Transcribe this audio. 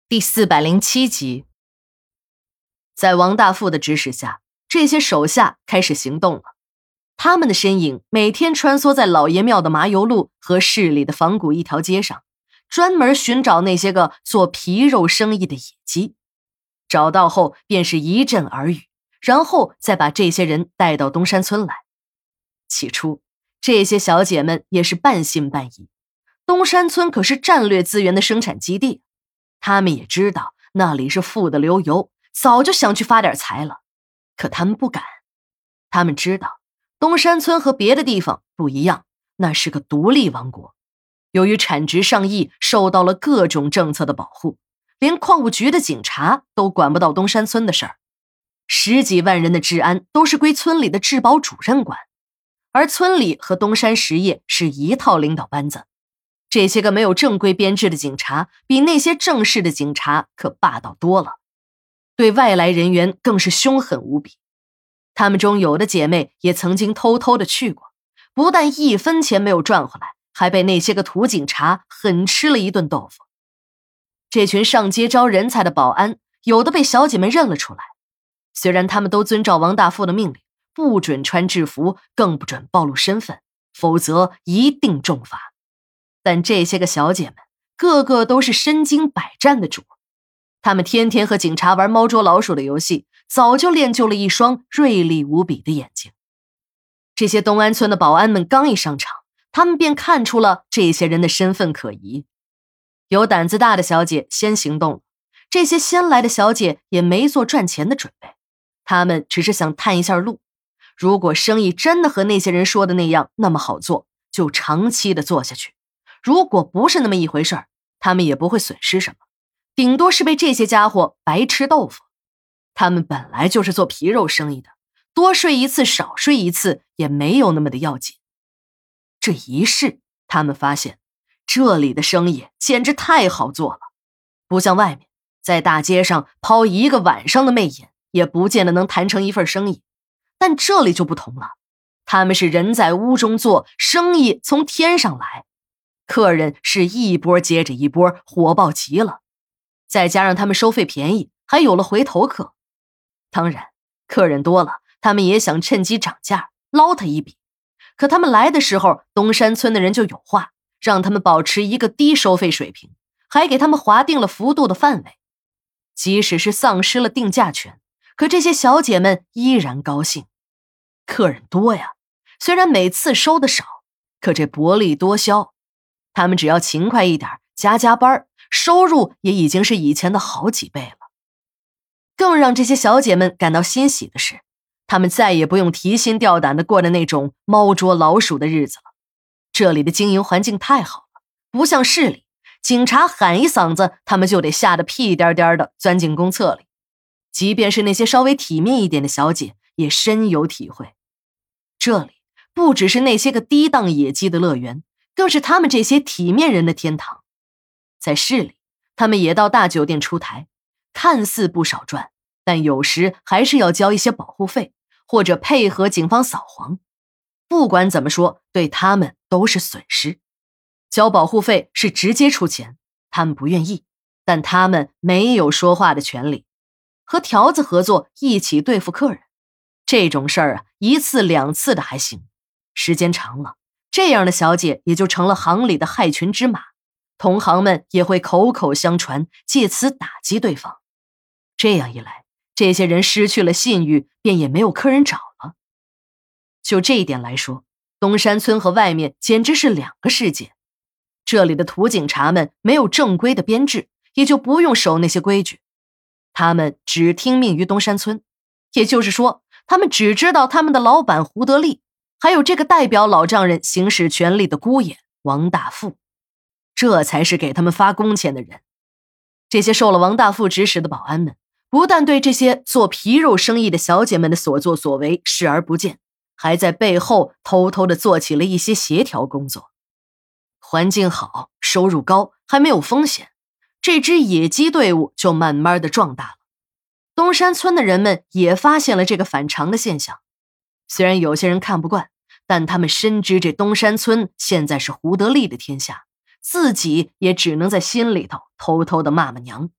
第407集。在王大富的指使下，这些手下开始行动了。他们的身影每天穿梭在老爷庙的麻油路和市里的仿古一条街上，专门寻找那些个做皮肉生意的野鸡。找到后便是一阵耳语，然后再把这些人带到东山村来。起初，这些小姐们也是半信半疑，东山村可是战略资源的生产基地，他们也知道那里是富得流油，早就想去发点财了，可他们不敢。他们知道东山村和别的地方不一样，那是个独立王国，由于产值上亿，受到了各种政策的保护，连矿务局的警察都管不到东山村的事儿。10几万人的治安都是归村里的治保主任管，而村里和东山实业是一套领导班子。这些个没有正规编制的警察比那些正式的警察可霸道多了，对外来人员更是凶狠无比。他们中有的姐妹也曾经偷偷的去过，不但1分钱没有赚回来，还被那些个土警察狠吃了一顿豆腐。这群上街招人才的保安，有的被小姐们认了出来，虽然他们都遵照王大富的命令，不准穿制服，更不准暴露身份，否则一定重罚。但这些个小姐们个个都是身经百战的主，她们天天和警察玩猫捉老鼠的游戏，早就练就了一双锐利无比的眼睛。这些东安村的保安们刚一上场，他们便看出了这些人的身份可疑。有胆子大的小姐先行动了，这些先来的小姐也没做赚钱的准备，她们只是想探一下路，如果生意真的和那些人说的那样那么好做，就长期的做下去。如果不是那么一回事儿，他们也不会损失什么，顶多是被这些家伙白吃豆腐。他们本来就是做皮肉生意的，多睡一次少睡一次也没有那么的要紧。这一试，他们发现这里的生意简直太好做了，不像外面，在大街上抛一个晚上的媚眼也不见得能谈成一份生意。但这里就不同了，他们是人在屋中做，生意从天上来，客人是一波接着一波，火爆极了。再加上他们收费便宜，还有了回头客。当然，客人多了，他们也想趁机涨价，捞他一笔。可他们来的时候，东山村的人就有话，让他们保持一个低收费水平，还给他们划定了幅度的范围。即使是丧失了定价权，可这些小姐们依然高兴。客人多呀，虽然每次收的少，可这薄利多销。他们只要勤快一点，加班，收入也已经是以前的好几倍了。更让这些小姐们感到欣喜的是，她们再也不用提心吊胆地过着那种猫捉老鼠的日子了。这里的经营环境太好了，不像市里，警察喊一嗓子，他们就得吓得屁颠颠地钻进公厕里。即便是那些稍微体面一点的小姐，也深有体会。这里不只是那些个低档野鸡的乐园，更是他们这些体面人的天堂。在市里，他们也到大酒店出台，看似不少赚，但有时还是要交一些保护费，或者配合警方扫黄。不管怎么说，对他们都是损失。交保护费是直接出钱，他们不愿意，但他们没有说话的权利。和条子合作，一起对付客人，这种事儿1次2次的还行，时间长了，这样的小姐也就成了行里的害群之马，同行们也会口口相传，借此打击对方。这样一来，这些人失去了信誉，便也没有客人找了。就这一点来说，东山村和外面简直是2个世界。这里的土警察们没有正规的编制，也就不用守那些规矩，他们只听命于东山村，也就是说，他们只知道他们的老板胡德利，还有这个代表老丈人行使权力的姑爷王大富，这才是给他们发工钱的人。这些受了王大富指使的保安们，不但对这些做皮肉生意的小姐们的所作所为视而不见，还在背后偷偷地做起了一些协调工作。环境好，收入高，还没有风险，这支野鸡队伍就慢慢地壮大了。东山村的人们也发现了这个反常的现象，虽然有些人看不惯，但他们深知这东山村现在是胡德利的天下，自己也只能在心里头偷偷地骂骂娘。